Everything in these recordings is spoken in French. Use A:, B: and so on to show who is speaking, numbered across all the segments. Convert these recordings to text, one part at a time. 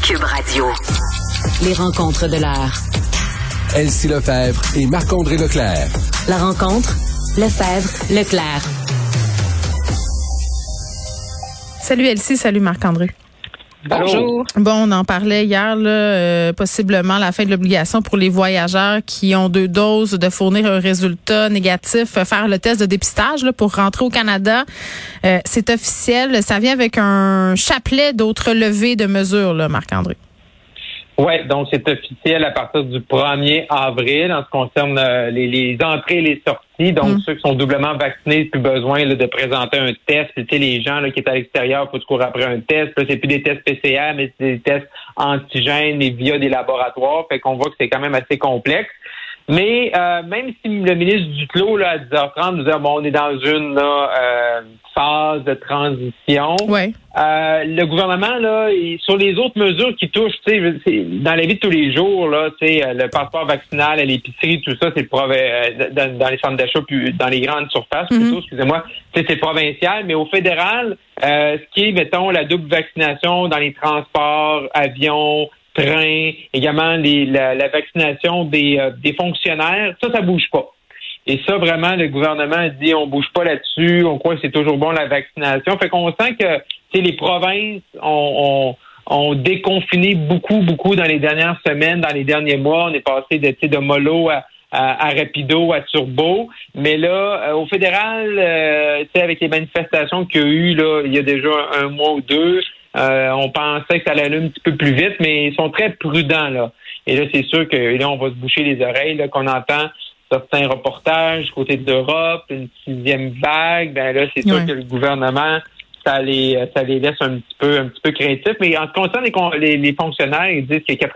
A: Cube Radio. Les rencontres de l'heure.
B: Elsie Lefebvre et Marc-André Leclerc.
A: La rencontre, Lefebvre-Leclerc.
C: Salut Elsie, salut Marc-André.
D: Bonjour.
C: Bon, on en parlait hier, là, possiblement la fin de l'obligation pour les voyageurs qui ont 2 doses de fournir un résultat négatif, faire le test de dépistage là, pour rentrer au Canada. C'est officiel, ça vient avec un chapelet d'autres levées de mesures, là, Marc-André.
D: Oui, donc c'est officiel à partir du 1er avril en ce qui concerne les entrées et les sorties. Donc, ceux qui sont doublement vaccinés, plus besoin là, de présenter un test. Tu sais, les gens là, qui étaient à l'extérieur, il faut se courir après un test. Là, c'est plus des tests PCR, mais c'est des tests antigènes et via des laboratoires. Fait qu'on voit que c'est quand même assez complexe. Mais même si le ministre Duclos, là, à 10h30, nous disait bon, on est dans une phase de transition.
C: Ouais.
D: Le gouvernement, là, sur les autres mesures qui touchent, tu sais, dans la vie de tous les jours, là, tu sais, le passeport vaccinal à l'épicerie, tout ça, c'est dans les centres d'achat, puis dans les grandes surfaces, plutôt, excusez-moi, tu sais, c'est provincial, mais au fédéral, ce qui est, mettons, la double vaccination dans les transports, avions, trains, également la vaccination des fonctionnaires, ça bouge pas. Et ça, vraiment, le gouvernement dit on bouge pas là-dessus, on croit que c'est toujours bon la vaccination. Fait qu'on sent que les provinces ont déconfiné beaucoup dans les dernières semaines, dans les derniers mois. On est passé de mollo à rapido, à turbo. Mais là, au fédéral, avec les manifestations qu'il y a eu là, il y a déjà un mois ou 2, on pensait que ça allait aller un petit peu plus vite, mais ils sont très prudents, là. Et là, c'est sûr que là, on va se boucher les oreilles, là, qu'on entend certains reportages côté de l'Europe, une 6e vague. Ben là, c'est sûr que le gouvernement, ça les laisse un petit peu craintifs. Mais en ce qui concerne les fonctionnaires, ils disent qu'il y a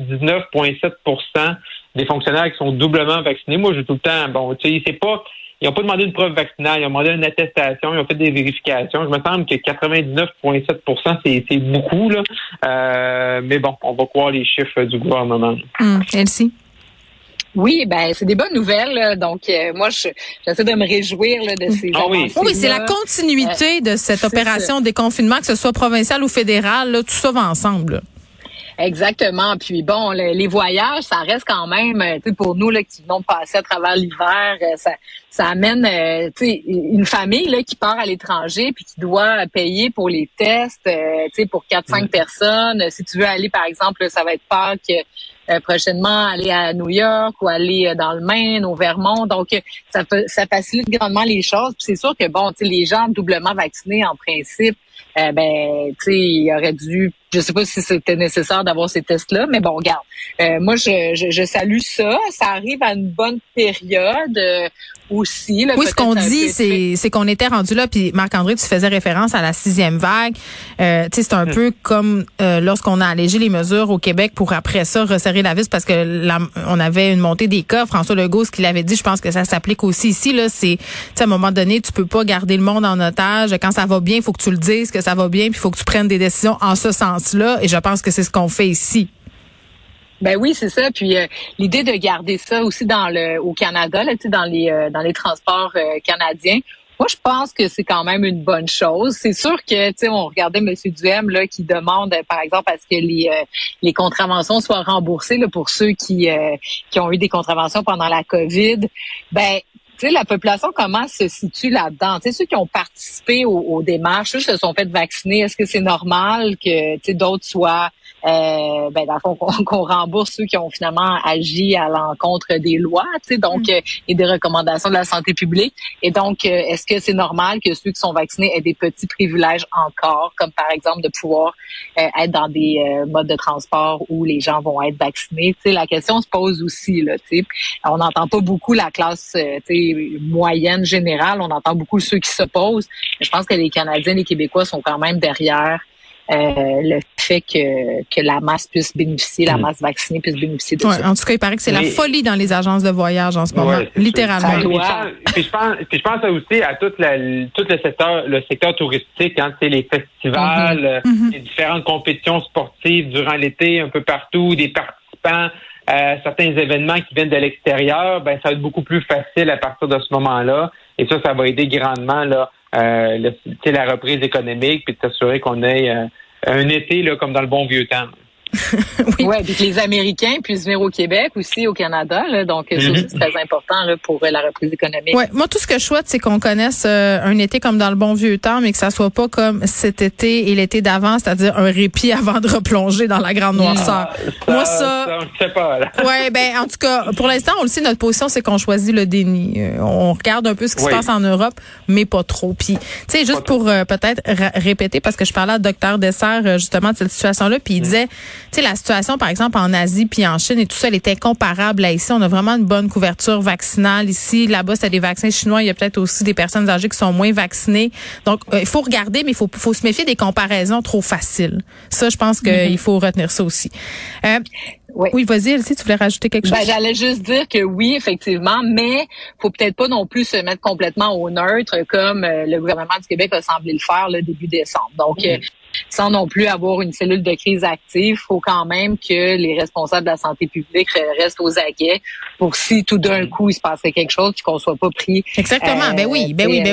D: 99,7% des fonctionnaires qui sont doublement vaccinés. Moi, j'ai tout le temps, bon, tu sais, c'est pas, ils n'ont pas demandé une preuve vaccinale, ils ont demandé une attestation, ils ont fait des vérifications. Je me semble que 99,7%, c'est beaucoup, là. Mais bon, on va croire les chiffres du gouvernement.
C: Elsie?
E: Oui, ben c'est des bonnes nouvelles. Là. Donc, moi, j'essaie de me réjouir là, de ces avancées.
C: Oui, c'est la continuité de cette opération de déconfinement, que ce soit provincial ou fédéral, là, tout ça va ensemble. Là.
E: Exactement. Puis bon, les voyages, ça reste quand même, tu sais, pour nous là qui venons de passer à travers l'hiver, ça amène, tu sais, une famille là qui part à l'étranger puis qui doit payer pour les tests, tu sais, pour 4-5 personnes. Si tu veux aller, par exemple, ça va être Pâques. Prochainement aller à New York ou aller dans le Maine, au Vermont. Donc, ça facilite grandement les choses. Puis c'est sûr que, bon, tu sais, les gens doublement vaccinés, en principe, tu sais, il aurait dû, je sais pas si c'était nécessaire d'avoir ces tests-là, mais bon, regarde, moi, je salue ça. Ça arrive à une bonne période aussi. Là,
C: oui, ce qu'on dit, c'est qu'on était rendu là, puis Marc-André, tu faisais référence à la 6e vague. Tu sais, c'est un peu comme lorsqu'on a allégé les mesures au Québec pour après ça resserrer la vis parce que on avait une montée des cas. François Legault, ce qu'il avait dit, je pense que ça s'applique aussi ici. Là, c'est, tu sais, à un moment donné, tu peux pas garder le monde en otage. Quand ça va bien, il faut que tu le dises que ça va bien, puis il faut que tu prennes des décisions en ce sens-là. Et je pense que c'est ce qu'on fait ici.
E: Ben oui, c'est ça. Puis l'idée de garder ça aussi au Canada, là, tu sais, dans les transports canadiens. Moi, je pense que c'est quand même une bonne chose. C'est sûr que, tu sais, on regardait M. Duhem là qui demande, par exemple, à ce que les contraventions soient remboursées là, pour ceux qui ont eu des contraventions pendant la COVID. Ben, tu sais, la population, comment se situe là-dedans? Tu sais, ceux qui ont participé aux démarches, ceux qui se sont fait vacciner, est-ce que c'est normal que, tu sais, d'autres soient dans le fond, qu'on rembourse ceux qui ont finalement agi à l'encontre des lois, tu sais, donc et des recommandations de la santé publique. Et donc, est-ce que c'est normal que ceux qui sont vaccinés aient des petits privilèges encore, comme par exemple de pouvoir être dans des modes de transport où les gens vont être vaccinés? Tu sais, la question se pose aussi là. Tu sais, on n'entend pas beaucoup la classe, tu sais, moyenne générale. On entend beaucoup ceux qui s'opposent. Mais je pense que les Canadiens, les Québécois sont quand même derrière. Le fait que la masse puisse bénéficier, la masse vaccinée puisse bénéficier de ça.
C: En tout cas, il paraît que c'est la folie dans les agences de voyage en ce moment, littéralement.
D: Puis je pense aussi à tout le secteur touristique, hein, tu sais, les festivals, les différentes compétitions sportives durant l'été, un peu partout, des participants. Certains événements qui viennent de l'extérieur, ben ça va être beaucoup plus facile à partir de ce moment-là. Et ça va aider grandement là la reprise économique, puis de s'assurer qu'on ait un été là comme dans le bon vieux temps.
E: Oui, puis que les Américains puissent venir au Québec aussi, au Canada. Là, donc, ça aussi, c'est très important là, pour la reprise économique.
C: Ouais, moi, tout ce que je souhaite, c'est qu'on connaisse un été comme dans le bon vieux temps, mais que ça soit pas comme cet été et l'été d'avant, c'est-à-dire un répit avant de replonger dans la grande noirceur.
D: Moi, ça, on ne sait pas. Là.
C: Ouais, ben, en tout cas, pour l'instant, on le sait, notre position, c'est qu'on choisit le déni. On regarde un peu ce qui se passe en Europe, mais pas trop. Puis, tu sais, juste pour peut-être répéter, parce que je parlais à Dr Dessert, justement, de cette situation-là, puis il disait, tu sais, la situation, par exemple, en Asie puis en Chine et tout ça, elle est incomparable à ici. On a vraiment une bonne couverture vaccinale ici. Là-bas, c'est des vaccins chinois. Il y a peut-être aussi des personnes âgées qui sont moins vaccinées. Donc, il faut regarder, mais il faut se méfier des comparaisons trop faciles. Ça, je pense qu'il faut retenir ça aussi. Oui, vas-y, Elsie, tu voulais rajouter quelque chose?
E: J'allais juste dire que oui, effectivement, mais faut peut-être pas non plus se mettre complètement au neutre comme le gouvernement du Québec a semblé le faire le début décembre. Donc, sans non plus avoir une cellule de crise active, faut quand même que les responsables de la santé publique restent aux aguets pour si tout d'un coup il se passait quelque chose puis qu'on soit pas pris.
C: Exactement. Ben oui,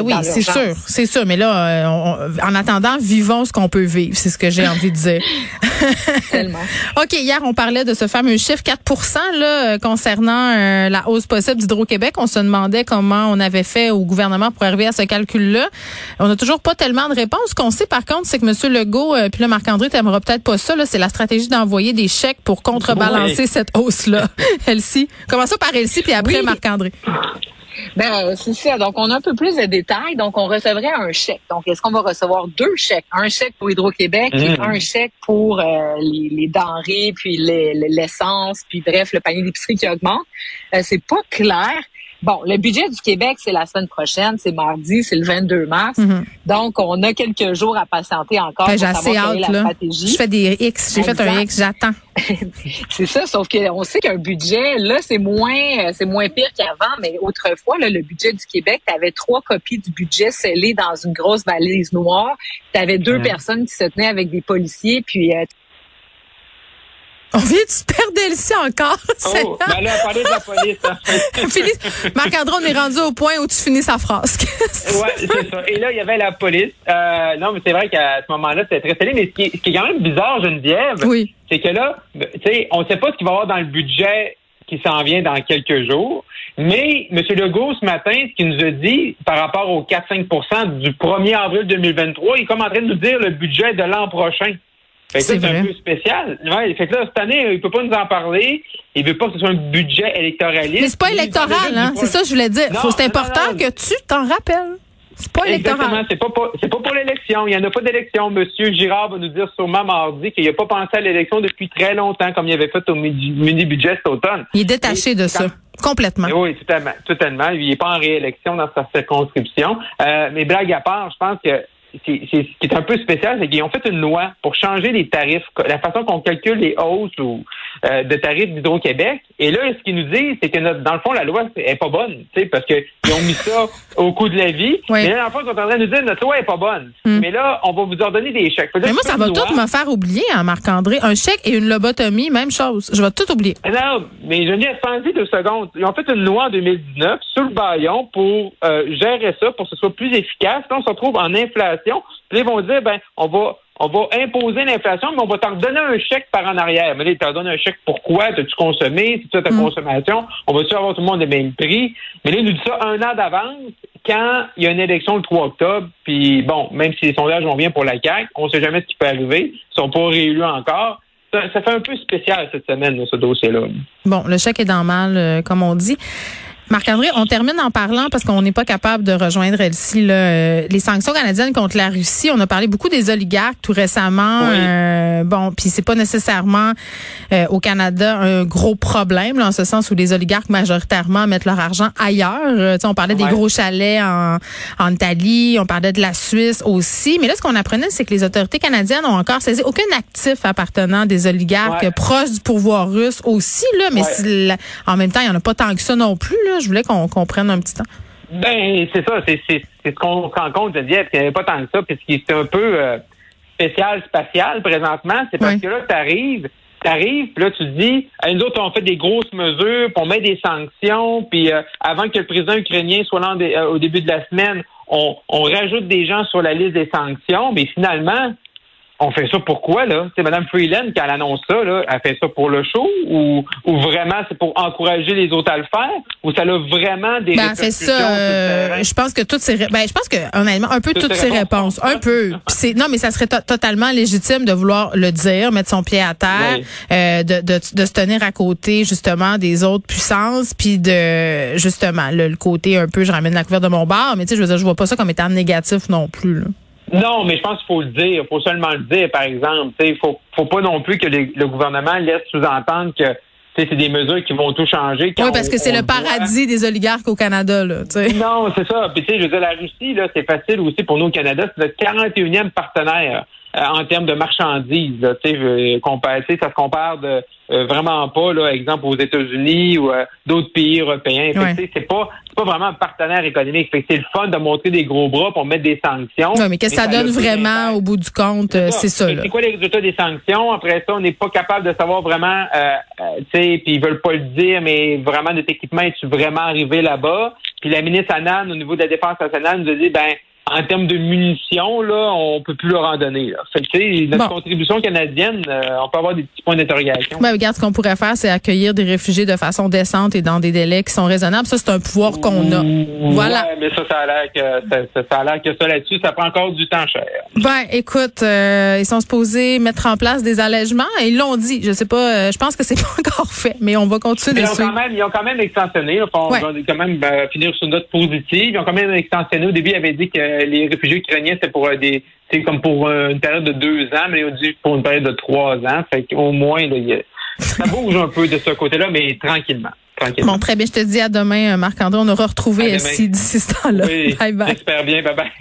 C: c'est sûr. Mais là, en attendant, vivons ce qu'on peut vivre. C'est ce que j'ai envie de dire.
E: Tellement.
C: OK, hier, on parlait de ce fameux chiffre 4% là, concernant la hausse possible d'Hydro-Québec. On se demandait comment on avait fait au gouvernement pour arriver à ce calcul-là. On n'a toujours pas tellement de réponses. Ce qu'on sait, par contre, c'est que M. Legault, puis là, Marc-André, t'aimeras peut-être pas ça, là, c'est la stratégie d'envoyer des chèques pour contrebalancer cette hausse-là. Elsie. Commençons par Elsie, puis après Marc-André.
E: Ben, c'est ça. Donc, on a un peu plus de détails. Donc, on recevrait un chèque. Donc, est-ce qu'on va recevoir 2 chèques? Un chèque pour Hydro-Québec et un chèque pour les denrées, puis l'essence, puis bref, le panier d'épicerie qui augmente. C'est pas clair. Bon, le budget du Québec, c'est la semaine prochaine, c'est mardi, c'est le 22 mars. Donc, on a quelques jours à patienter encore pour savoir quelle est la stratégie.
C: Je fais des X, j'ai fait un X, j'attends.
E: C'est ça, sauf qu'on sait qu'un budget, là, c'est moins pire qu'avant, mais autrefois, là, le budget du Québec, tu avais 3 copies du budget scellées dans une grosse valise noire. Tu avais 2 personnes qui se tenaient avec des policiers, puis
C: on vient de se perdre Elsie encore.
D: Ben là, parlez de la police. Hein.
C: Marc-André, on est rendu au point où tu finis sa phrase.
D: Ouais, c'est ça. Et là, il y avait la police. Non, mais c'est vrai qu'à ce moment-là, c'était très scellé. Mais ce qui est quand même bizarre, Geneviève, c'est que là, tu sais, on ne sait pas ce qu'il va y avoir dans le budget qui s'en vient dans quelques jours. Mais M. Legault, ce matin, ce qu'il nous a dit par rapport aux 4-5% du 1er avril 2023, il est comme en train de nous dire le budget de l'an prochain. Fait que c'est un peu spécial. Ouais, fait que là, cette année, il peut pas nous en parler. Il veut pas que ce soit un budget électoraliste.
C: Mais c'est pas électoral, hein. C'est ça que je voulais dire. C'est important que tu t'en rappelles. C'est pas électoral.
D: Exactement. C'est pas pour l'élection. Il y en a pas d'élection. Monsieur Girard va nous dire sûrement mardi qu'il n'a pas pensé à l'élection depuis très longtemps, comme il avait fait au mini-budget cet automne.
C: Il est détaché de ça. Complètement.
D: Oui, totalement. Il n'est pas en réélection dans sa circonscription. Mais blague à part, je pense que ce qui est un peu spécial, c'est qu'ils ont fait une loi pour changer les tarifs, la façon qu'on calcule les hausses de tarifs d'Hydro-Québec. Et là, ce qu'ils nous disent, c'est que dans le fond, la loi est pas bonne, tu sais, parce qu'ils ont mis ça au coût de la vie. Oui. Mais là, dans le fond, ils sont en train de nous dire notre loi est pas bonne. Mais là, on va vous ordonner des chèques.
C: Mais moi, ça va tout me faire oublier, hein, Marc-André. Un chèque et une lobotomie, même chose. Je vais tout oublier.
D: Non, mais Geneviève, pensez 2 secondes. Ils ont fait une loi en 2019 sur le bâillon pour gérer ça, pour que ce soit plus efficace. Là, on se retrouve en inflation. Puis ils vont dire, on va imposer l'inflation, mais on va t'en redonner un chèque par en arrière. Mais là, ils t'en donnent un chèque pourquoi? T'as-tu consommé? C'est ça ta consommation? On va-tu avoir tout le monde le même prix? Mais là, ils nous disent ça 1 an d'avance quand il y a une élection le 3 octobre. Puis bon, même si les sondages vont bien pour la CAQ, on sait jamais ce qui peut arriver. Ils sont pas réélus encore. Ça fait un peu spécial cette semaine, là, ce dossier-là.
C: Bon, le chèque est dans le mal, comme on dit. Marc-André, on termine en parlant parce qu'on n'est pas capable de rejoindre Elsie les sanctions canadiennes contre la Russie. On a parlé beaucoup des oligarques tout récemment. Oui. Puis c'est pas nécessairement au Canada un gros problème, là, en ce sens où les oligarques majoritairement mettent leur argent ailleurs. On parlait des gros chalets en Italie, on parlait de la Suisse aussi. Mais là, ce qu'on apprenait, c'est que les autorités canadiennes ont encore saisi aucun actif appartenant des oligarques proches du pouvoir russe aussi. Là, mais en même temps, il n'y en a pas tant que ça non plus. Là. Je voulais qu'on prenne un petit temps.
D: Ben, c'est ça. C'est ce qu'on se rend compte, Geneviève, qu'il n'y avait pas tant que ça. Puis ce qui est un peu spatial présentement, c'est parce que là, t'arrives, puis là, tu te dis, nous autres, on fait des grosses mesures, puis on met des sanctions, puis avant que le président ukrainien soit là au début de la semaine, on rajoute des gens sur la liste des sanctions, mais finalement, on fait ça pourquoi, là? C'est Mme Freeland, quand elle annonce ça, là, elle fait ça pour le show ou vraiment c'est pour encourager les autres à le faire? Ou ça a vraiment des
C: elle fait ça, je pense que je pense que, honnêtement, un peu toutes ses réponses. Un peu. Non, mais ça serait totalement légitime de vouloir le dire, mettre son pied à terre, de se tenir à côté, justement, des autres puissances, puis de, justement, le côté un peu, je ramène la couverture de mon bar, mais tu sais, je veux dire, je vois pas ça comme étant négatif non plus, là.
D: Non, mais je pense qu'il faut le dire. Il faut seulement le dire, par exemple. Il faut pas non plus que le gouvernement laisse sous-entendre que c'est des mesures qui vont tout changer.
C: Oui, parce que c'est le paradis des oligarques au Canada, là. T'sais.
D: Non, c'est ça. Puis je veux dire, la Russie, là, c'est facile aussi pour nous au Canada. C'est notre 41e partenaire en termes de marchandises. Là, ça se compare vraiment pas, là, exemple aux États-Unis ou d'autres pays européens. C'est pas vraiment un partenaire économique. Fait que c'est le fun de montrer des gros bras pour mettre des sanctions.
C: Oui, mais qu'est-ce que ça donne vraiment au bout du compte? C'est ça. Là.
D: C'est quoi les résultats des sanctions? Après ça, on n'est pas capable de savoir vraiment, puis ils veulent pas le dire, mais vraiment notre équipement est-tu vraiment arrivé là-bas? Puis la ministre Annan, au niveau de la Défense nationale, nous a dit, en termes de munitions, là, on peut plus leur en donner. Là. Fait que, notre contribution canadienne, on peut avoir des petits points d'interrogation.
C: Regarde, ce qu'on pourrait faire, c'est accueillir des réfugiés de façon décente et dans des délais qui sont raisonnables. Ça, c'est un pouvoir qu'on a. Voilà.
D: Ouais, mais ça a l'air que ça là-dessus, ça prend encore du temps cher.
C: Écoute, ils sont supposés mettre en place des allègements et ils l'ont dit. Je sais pas, je pense que c'est pas encore fait, mais on va continuer de suivre.
D: Ils ont quand même extensionné. On va quand même finir sur une note positive. Ils ont quand même extensionné. Au début, ils avaient dit que les réfugiés ukrainiens, c'était pour comme pour une période de 2 ans, mais ils ont dit pour une période de 3 ans. Fait qu'au moins, là, ça bouge un peu de ce côté-là, mais tranquillement.
C: Bon, très bien. Je te dis à demain, Marc-André. On aura retrouvé d'ici ce temps-là.
D: Oui,
C: bye bye.
D: J'espère bien. Bye bye.